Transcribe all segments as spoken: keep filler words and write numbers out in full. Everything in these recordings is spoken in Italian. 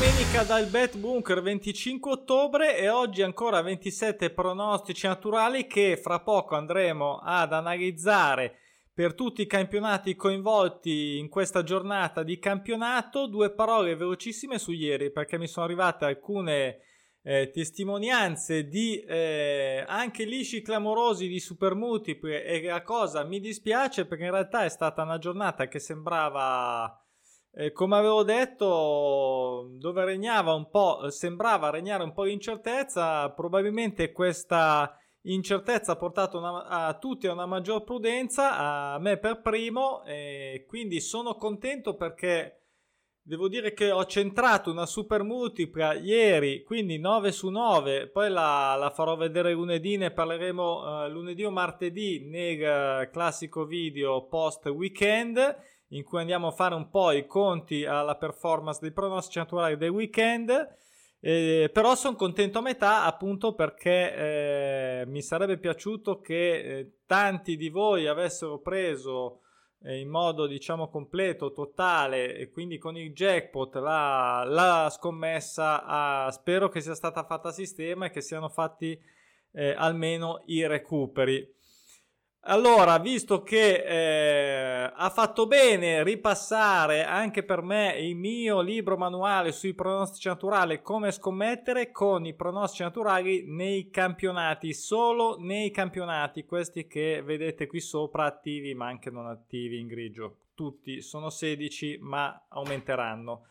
domenica dal Bet Bunker venticinque ottobre e oggi ancora ventisette pronostici naturali che fra poco andremo ad analizzare per tutti i campionati coinvolti in questa giornata di campionato. Due parole velocissime su ieri, perché mi sono arrivate alcune eh, testimonianze di eh, anche lisci clamorosi di super multipli, e la cosa mi dispiace perché in realtà è stata una giornata che sembrava... Eh, come avevo detto, dove regnava un po', sembrava regnare un po' di incertezza. Probabilmente questa incertezza ha portato una, a tutti a una maggior prudenza, a me per primo, e quindi sono contento perché devo dire che ho centrato una super multipla ieri, quindi nove su nove, poi la, la farò vedere lunedì, ne parleremo uh, lunedì o martedì nel uh, classico video post weekend, in cui andiamo a fare un po' i conti alla performance dei pronostici naturali del weekend. Eh, però sono contento a metà, appunto perché eh, mi sarebbe piaciuto che eh, tanti di voi avessero preso eh, in modo diciamo completo, totale, e quindi con il jackpot la, la scommessa. A, spero che sia stata fatta a sistema e che siano fatti eh, almeno i recuperi. Allora, visto che eh, ha fatto bene ripassare anche per me il mio libro manuale sui pronostici naturali, come scommettere con i pronostici naturali nei campionati, solo nei campionati, questi che vedete qui sopra, attivi ma anche non attivi in grigio, tutti sono sedici ma aumenteranno.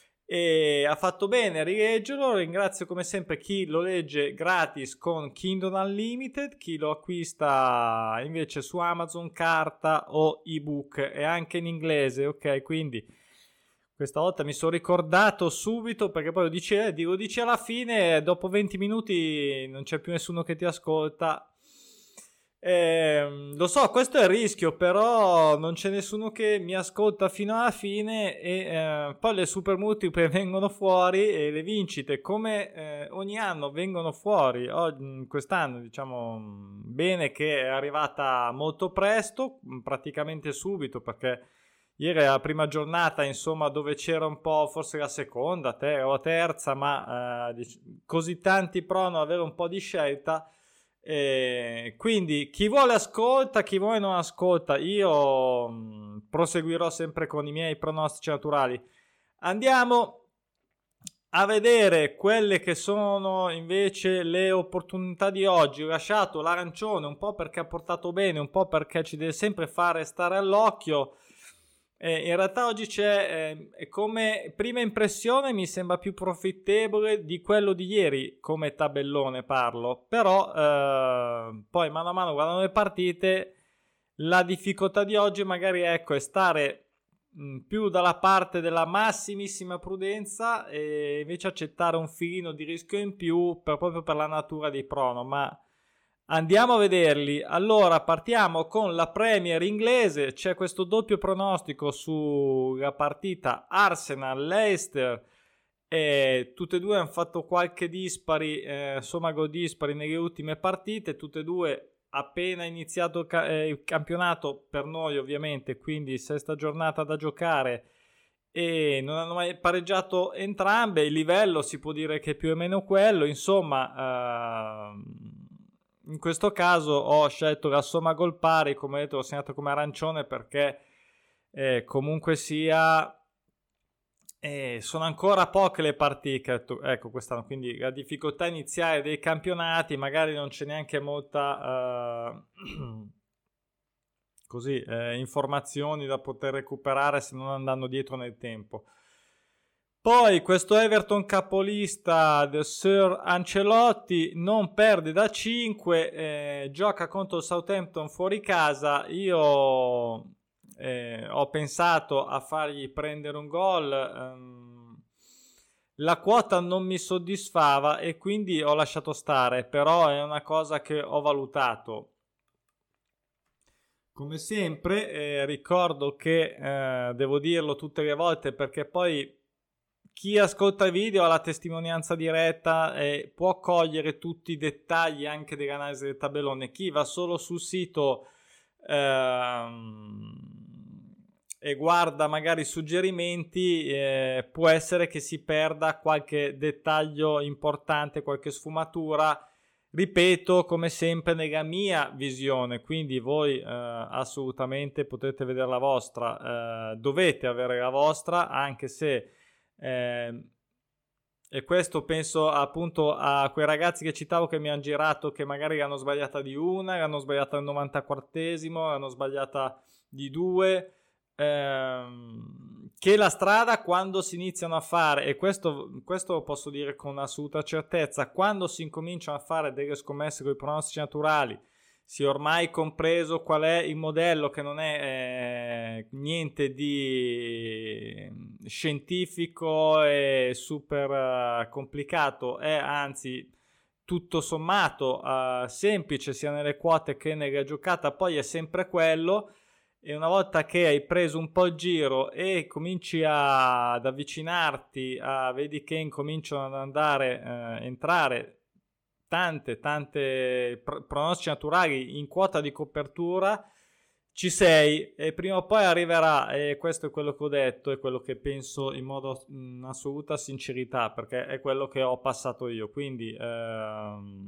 E ha fatto bene rileggerlo. Ringrazio come sempre chi lo legge gratis con Kindle Unlimited, chi lo acquista invece su Amazon carta o ebook, e anche in inglese, ok? Quindi questa volta mi sono ricordato subito, perché poi lo dice, lo dice alla fine, dopo venti minuti non c'è più nessuno che ti ascolta. Eh, lo so, questo è il rischio, però non c'è nessuno che mi ascolta fino alla fine, e eh, poi le super multiple vengono fuori e le vincite come eh, ogni anno vengono fuori. Oh, quest'anno diciamo bene che è arrivata molto presto, praticamente subito, perché ieri è la prima giornata, insomma, dove c'era un po', forse la seconda ter- o terza, ma eh, dic- così tanti prono, avere un po' di scelta. E quindi chi vuole ascolta, chi vuole non ascolta. Io mh, proseguirò sempre con i miei pronostici naturali. Andiamo a vedere quelle che sono invece le opportunità di oggi. Ho lasciato l'arancione un po' perché ha portato bene, un po' perché ci deve sempre fare stare all'occhio. Eh, in realtà oggi c'è, eh, come prima impressione mi sembra più profittevole di quello di ieri, come tabellone parlo, però eh, poi mano a mano guardando le partite, la difficoltà di oggi magari ecco è stare mh, più dalla parte della massimissima prudenza e invece accettare un filino di rischio in più per, proprio per la natura dei prono, ma andiamo a vederli. Allora partiamo con la Premier inglese. C'è questo doppio pronostico sulla partita Arsenal-Leicester, e tutte e due hanno fatto qualche dispari, eh, insomma gol dispari nelle ultime partite, tutte e due appena iniziato il, ca- eh, il campionato per noi ovviamente, quindi sesta giornata da giocare, e non hanno mai pareggiato entrambe. Il livello si può dire che è più o meno quello, insomma. Ehm, in questo caso ho scelto la somma gol pari, come detto l'ho segnato come arancione perché eh, comunque sia eh, sono ancora poche le partite, ecco quest'anno, quindi la difficoltà iniziale dei campionati, magari non c'è neanche molta uh, così eh, informazioni da poter recuperare se non andando dietro nel tempo. Poi questo Everton capolista del Sir Ancelotti non perde da cinque, eh, gioca contro il Southampton fuori casa. Io eh, ho pensato a fargli prendere un gol, ehm, la quota non mi soddisfava e quindi ho lasciato stare, però è una cosa che ho valutato. Come sempre eh, ricordo che eh, devo dirlo tutte le volte perché poi chi ascolta il video ha la testimonianza diretta e può cogliere tutti i dettagli anche dell'analisi del tabellone. Chi va solo sul sito ehm, e guarda magari suggerimenti, eh, può essere che si perda qualche dettaglio importante, qualche sfumatura, ripeto, come sempre nella mia visione, quindi voi eh, assolutamente potete vedere la vostra, eh, dovete avere la vostra, anche se eh, e questo penso appunto a quei ragazzi che citavo che mi hanno girato, che magari l'hanno sbagliata di una, l'hanno sbagliata al novantaquattresimo, l'hanno sbagliata di due, ehm, che la strada quando si iniziano a fare, e questo, questo lo posso dire con assoluta certezza, quando si incominciano a fare delle scommesse con i pronostici naturali, si è ormai compreso qual è il modello, che non è eh, niente di scientifico e super uh, complicato, è anzi tutto sommato uh, semplice sia nelle quote che nella giocata, poi è sempre quello. E una volta che hai preso un po' il giro e cominci a, ad avvicinarti, a, vedi che incominciano ad andare, eh, entrare tante, tante pr- pronostici naturali in quota di copertura, ci sei e prima o poi arriverà, e questo è quello che ho detto, è quello che penso in modo in assoluta sincerità, perché è quello che ho passato io. Quindi ehm,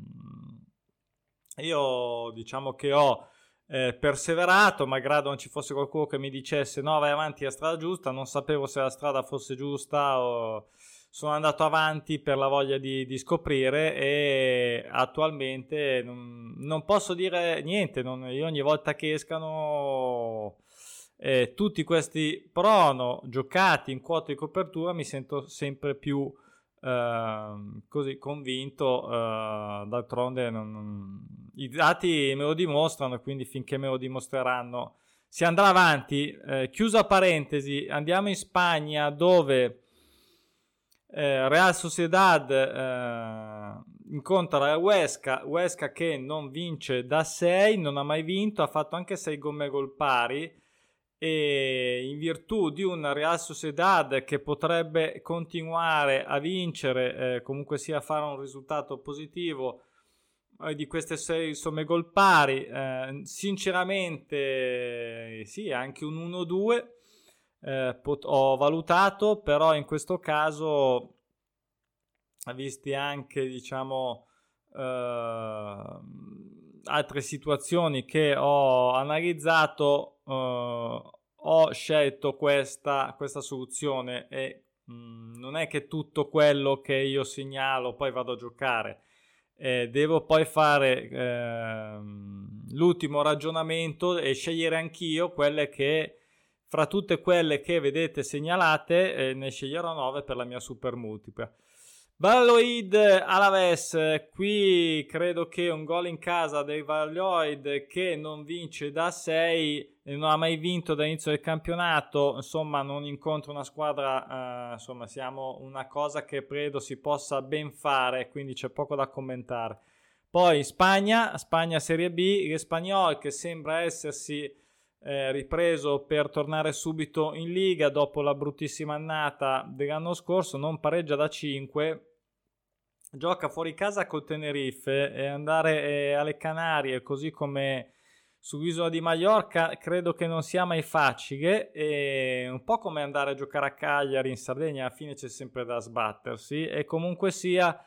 io diciamo che ho Eh, perseverato, malgrado non ci fosse qualcuno che mi dicesse no, vai avanti, è la strada giusta. Non sapevo se la strada fosse giusta, o sono andato avanti per la voglia di, di scoprire, e attualmente non, non posso dire niente. Non, io ogni volta che escano eh, tutti questi prono giocati in quota di copertura mi sento sempre più Uh, così convinto. Uh, d'altronde non, non, i dati me lo dimostrano, quindi finché me lo dimostreranno si andrà avanti. Uh, chiusa parentesi, andiamo in Spagna, dove uh, Real Sociedad uh, incontra la Huesca, Huesca che non vince da sei, non ha mai vinto, ha fatto anche sei gomme gol pari, e in virtù di un Real Sociedad che potrebbe continuare a vincere, eh, comunque sia fare un risultato positivo, eh, di queste sei somme gol pari, eh, sinceramente eh, sì, anche un uno due eh, pot- ho valutato, però in questo caso, visti anche diciamo eh, altre situazioni che ho analizzato, eh, ho scelto questa, questa soluzione, e mh, non è che tutto quello che io segnalo poi vado a giocare, eh, devo poi fare eh, l'ultimo ragionamento e scegliere anch'io quelle che, fra tutte quelle che vedete segnalate, eh, ne sceglierò nove per la mia super multipla. Valladolid Alaves, qui credo che un gol in casa del Valladolid, che non vince da sei e non ha mai vinto dall'inizio del campionato, insomma non incontra una squadra, eh, insomma siamo una cosa che credo si possa ben fare, quindi c'è poco da commentare. Poi Spagna, Spagna Serie B, l'Espanyol che sembra essersi Eh, ripreso per tornare subito in Liga dopo la bruttissima annata dell'anno scorso, non pareggia da cinque, gioca fuori casa col Tenerife, e andare eh, alle Canarie così come sull'isola di Mallorca credo che non sia mai facile, e un po' come andare a giocare a Cagliari in Sardegna, alla fine c'è sempre da sbattersi, e comunque sia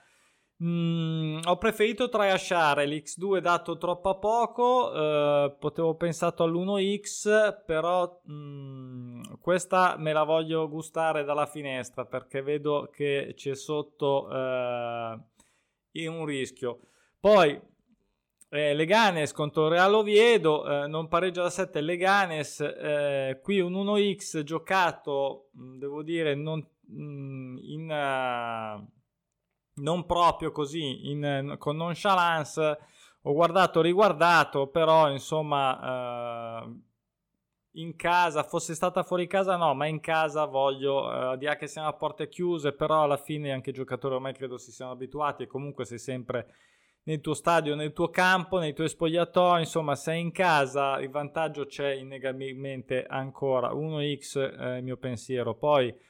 Mm, ho preferito tralasciare l'X due dato troppo poco, eh, potevo pensato all'uno x, però mm, questa me la voglio gustare dalla finestra, perché vedo che c'è sotto eh, un rischio. Poi eh, Leganes contro Real Oviedo, eh, non pareggia da sette Leganes, eh, qui un uno x giocato, devo dire, non in... Uh, non proprio così in, con nonchalance, ho guardato riguardato, però insomma eh, in casa, fosse stata fuori casa no, ma in casa voglio, eh, di là che siamo a porte chiuse, però alla fine anche i giocatori ormai credo si siano abituati, e comunque sei sempre nel tuo stadio, nel tuo campo, nei tuoi spogliatoi, insomma sei in casa, il vantaggio c'è innegabilmente ancora. uno x eh, il mio pensiero. Poi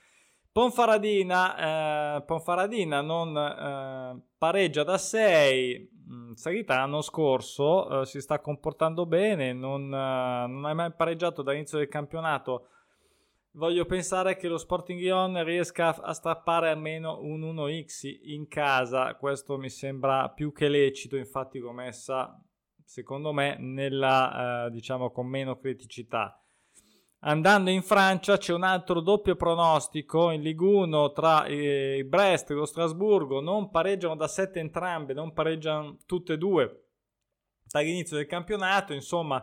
Ponfaradina, eh, Ponfaradina non eh, pareggia da sei, mh, salita l'anno scorso, eh, si sta comportando bene, non, eh, non ha mai pareggiato dall'inizio del campionato voglio pensare che lo Sporting Lyon riesca a strappare almeno un uno x in casa. Questo mi sembra più che lecito, infatti l'ho messa secondo me nella eh, diciamo con meno criticità. Andando in Francia c'è un altro doppio pronostico in Ligue uno tra eh, il Brest e lo Strasburgo. Non pareggiano da sette entrambe, non pareggiano tutte e due dall'inizio del campionato. Insomma,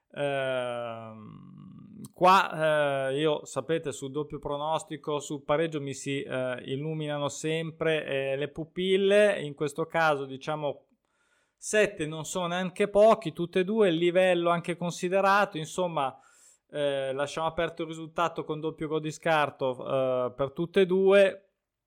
ehm, qua eh, io sapete sul doppio pronostico, sul pareggio mi si eh, illuminano sempre eh, le pupille. In questo caso diciamo sette non sono neanche pochi, tutte e due, il livello anche considerato. Insomma, Eh, lasciamo aperto il risultato con doppio gol di scarto eh, per tutte e due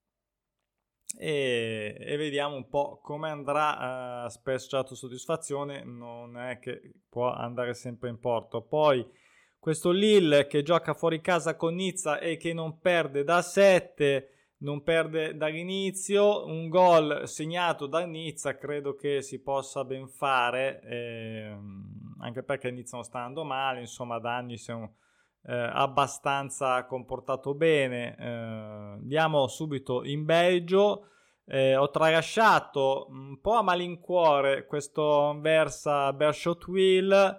e, e vediamo un po' come andrà. Eh, spesso c'è autosoddisfazione, non è che può andare sempre in porto. Poi questo Lille che gioca fuori casa con Nizza e che non perde da sette, non perde dall'inizio, un gol segnato da Nizza credo che si possa ben fare, ehm, anche perché Nizza non sta andando male, insomma da anni si è un, eh, abbastanza comportato bene. Eh, andiamo subito in Belgio. Eh, ho tralasciato un po' a malincuore questo Versa Beerschot-Wil.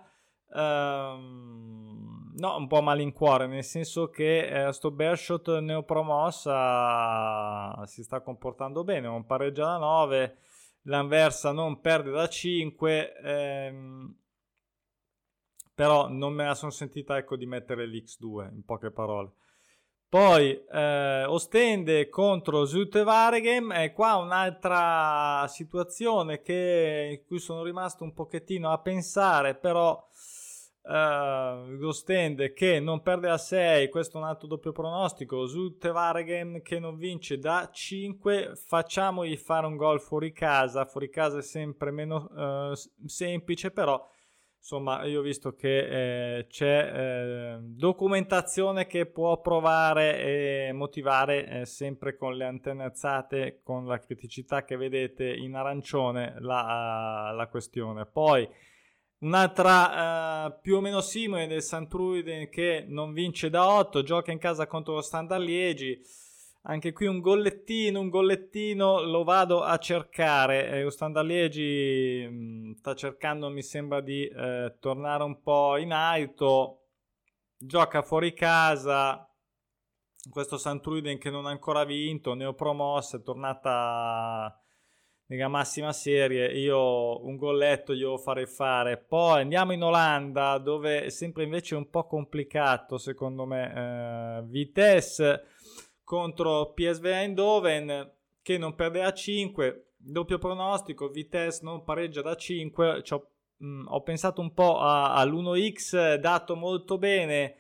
Um, no, un po' a malincuore, nel senso che eh, sto Beerschot neopromossa si sta comportando bene, non pareggia da nove, l'Anversa non perde da cinque, ehm, però non me la sono sentita, ecco, di mettere l'X due, in poche parole. Poi eh, Ostende contro Zulte Waregem, e qua un'altra situazione che, in cui sono rimasto un pochettino a pensare, però Uh, Ostende che non perde a sei, questo è un altro doppio pronostico. Zulte Waregem che non vince da cinque, facciamogli fare un gol fuori casa. Fuori casa è sempre meno uh, semplice, però insomma io ho visto che eh, c'è eh, documentazione che può provare e motivare eh, sempre con le antenne alzate, con la criticità che vedete in arancione la, la questione. Poi un'altra uh, più o meno simile del Santruiden che non vince da otto, gioca in casa contro lo Standard Liegi. Anche qui un gollettino, un gollettino lo vado a cercare. Eh, lo Standard Liegi mh, sta cercando, mi sembra, di eh, tornare un po' in alto. Gioca fuori casa. Questo Santruiden che non ha ancora vinto, neopromossa, è tornata nella massima serie. Io un golletto glielo farei fare. Poi andiamo in Olanda, dove è sempre invece un po' complicato secondo me. eh, Vitesse contro P S V Eindhoven che non perde a cinque, doppio pronostico. Vitesse non pareggia da cinque. C'ho, mh, ho pensato un po' a, all'uno x dato molto bene.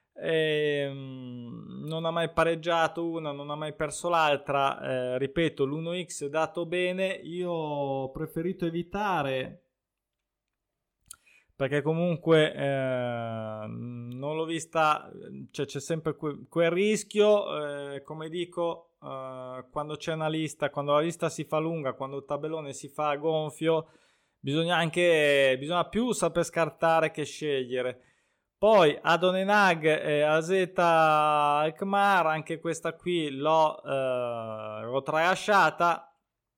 Ehm, non ha mai pareggiato una, non ha mai perso l'altra. Eh, ripeto, l'uno x dato bene. Io ho preferito evitare perché comunque eh, non l'ho vista, cioè c'è sempre que- quel rischio, eh, come dico, eh, quando c'è una lista, quando la lista si fa lunga, quando il tabellone si fa gonfio, bisogna anche bisogna più saper scartare che scegliere. Poi Adonenag e Azeta Alkmaar, anche questa qui l'ho, eh, l'ho tralasciata,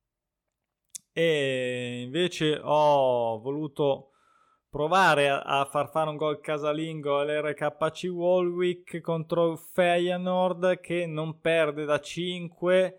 e invece ho voluto provare a, a far fare un gol casalingo all'R K C Walwick contro Feyenoord che non perde da cinque.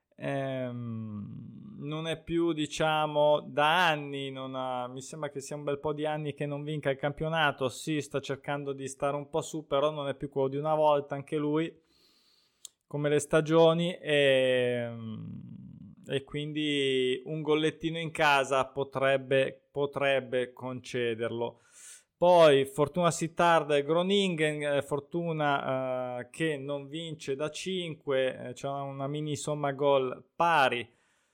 Ehm, non è più, diciamo, da anni, non ha, mi sembra che sia un bel po' di anni che non vinca il campionato. Sì, sta cercando di stare un po' su, però non è più quello di una volta anche lui, come le stagioni, e, e quindi un gollettino in casa potrebbe, potrebbe concederlo. Poi Fortuna Sittard e Groningen, eh, Fortuna eh, che non vince da cinque, eh, c'è una mini somma gol pari.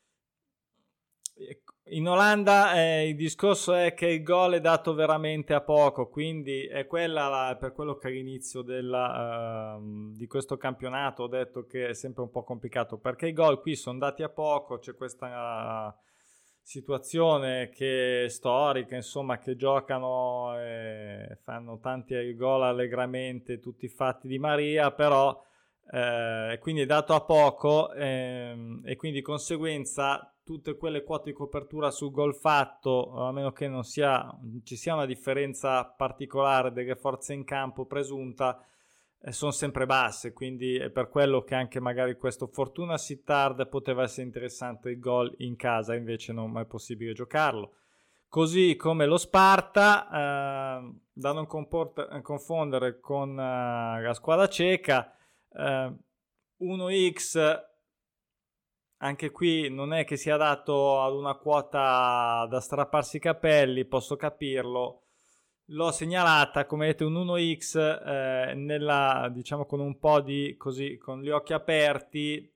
In Olanda eh, il discorso è che il gol è dato veramente a poco, quindi è quella la, per quello che all'inizio della, uh, di questo campionato ho detto che è sempre un po' complicato, perché i gol qui sono dati a poco. C'è questa uh, situazione che è storica, insomma, che giocano e fanno tanti gol allegramente, tutti fatti di Maria, però eh, quindi è dato a poco ehm, e quindi di conseguenza tutte quelle quote di copertura sul gol fatto, a meno che non sia, ci sia una differenza particolare delle forze in campo presunta, eh, sono sempre basse, quindi è per quello che anche magari questo Fortuna Sittard poteva essere interessante il gol in casa, invece non è possibile giocarlo. Così come lo Sparta, eh, da non comport- confondere con eh, la squadra ceca, eh, uno x anche qui non è che sia dato ad una quota da strapparsi i capelli, posso capirlo. L'ho segnalata, come vedete, un uno x eh, nella, diciamo, con un po' di così, con gli occhi aperti.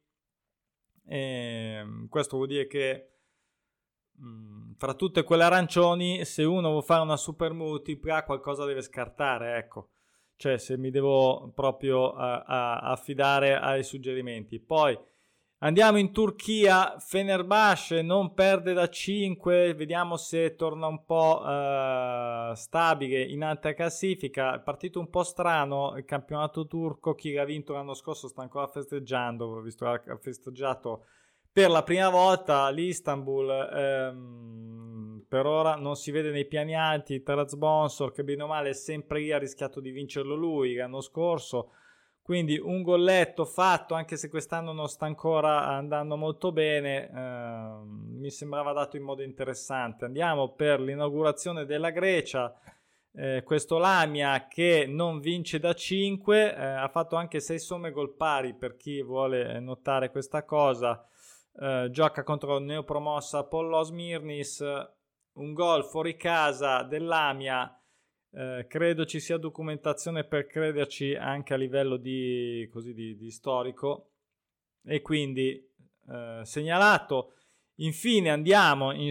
E questo vuol dire che mh, fra tutte quelle arancioni, se uno vuole fare una super multipla, qualcosa deve scartare, ecco. Cioè, se mi devo proprio uh, uh, affidare ai suggerimenti. Poi andiamo in Turchia, Fenerbahce non perde da cinque, vediamo se torna un po' uh, stabile in alta classifica. È partito un po' strano il campionato turco, chi l'ha vinto l'anno scorso sta ancora festeggiando, ho visto che ha festeggiato per la prima volta l'Istanbul, ehm, per ora non si vede nei piani alti, Trabzonspor che bene o male è sempre lì, ha rischiato di vincerlo lui l'anno scorso. Quindi un golletto fatto, anche se quest'anno non sta ancora andando molto bene, eh, mi sembrava dato in modo interessante. Andiamo per l'inaugurazione della Grecia, eh, questo Lamia che non vince da cinque, eh, ha fatto anche sei somme gol pari per chi vuole notare questa cosa, eh, gioca contro il neopromossa Apollo Smirnis, un gol fuori casa dell'Lamia. Eh, credo ci sia documentazione per crederci anche a livello di, così, di, di storico, e quindi eh, segnalato. Infine andiamo in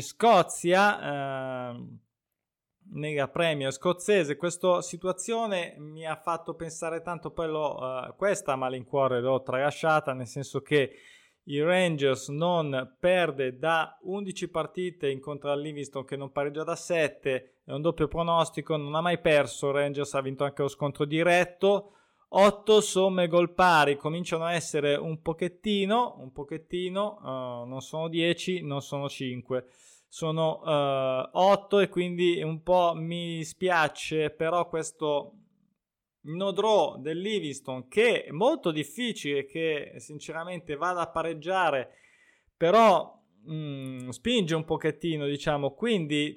Scozia, eh, nella Premier scozzese. Questa situazione mi ha fatto pensare tanto, poi l'ho, eh, questa a malincuore l'ho tralasciata, nel senso che i Rangers non perde da undici partite, incontra il Livingston che non pareggia da sette, è un doppio pronostico, non ha mai perso, Rangers ha vinto anche lo scontro diretto, otto somme gol pari, cominciano a essere un pochettino, un pochettino, uh, non sono dieci, non sono cinque, sono uh, otto, e quindi un po' mi spiace, però questo no draw del Livingston, che è molto difficile che sinceramente vada a pareggiare, però mh, spinge un pochettino, diciamo, quindi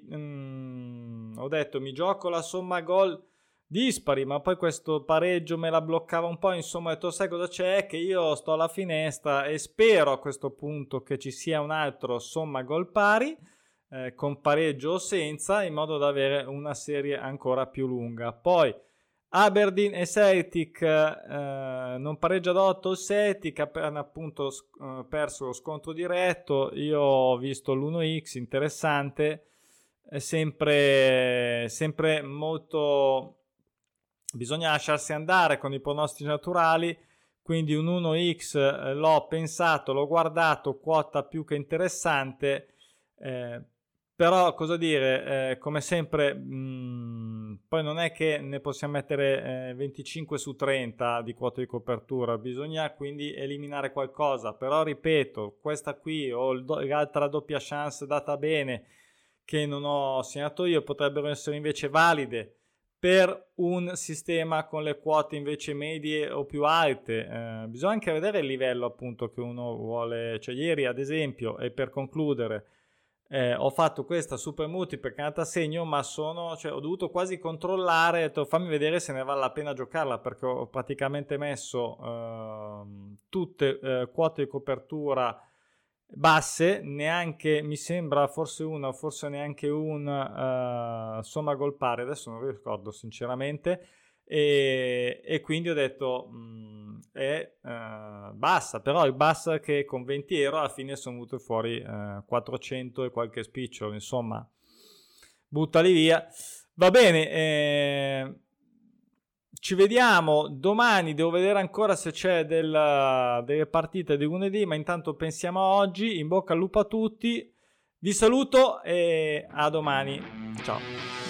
mh, ho detto mi gioco la somma gol dispari, ma poi questo pareggio me la bloccava un po', insomma ho detto sai cosa c'è, che io sto alla finestra e spero a questo punto che ci sia un altro somma gol pari, eh, con pareggio o senza, in modo da avere una serie ancora più lunga. Poi Aberdeen e Celtic, eh, non pareggia da otto il Celtic, hanno appunto eh, perso lo scontro diretto. Io ho visto l'uno x interessante, è sempre, sempre molto, bisogna lasciarsi andare con i pronostici naturali, quindi un uno x eh, l'ho pensato, l'ho guardato, quota più che interessante, eh, però cosa dire, eh, come sempre mh, poi non è che ne possiamo mettere eh, venticinque su trenta di quota di copertura, bisogna quindi eliminare qualcosa, però ripeto, questa qui o do- l'altra doppia chance data bene che non ho segnato io potrebbero essere invece valide per un sistema con le quote invece medie o più alte. Eh, bisogna anche vedere il livello appunto che uno vuole, cioè ieri ad esempio, e per concludere, Eh, ho fatto questa super multiple che è andata a segno, ma sono, cioè, ho dovuto quasi controllare, ho detto, fammi vedere se ne vale la pena giocarla, perché ho praticamente messo ehm, tutte eh, quote di copertura basse, neanche mi sembra forse una, forse neanche un uh, somma gol pari, adesso non ricordo sinceramente, e, e quindi ho detto mh, è uh, bassa, però è bassa che con venti euro alla fine sono venute fuori uh, quattrocento e qualche spicciolo, insomma buttali via. Va bene, eh, ci vediamo domani, devo vedere ancora se c'è del, delle partite di lunedì, ma intanto pensiamo a oggi. In bocca al lupo a tutti, Vi saluto e a domani. Ciao.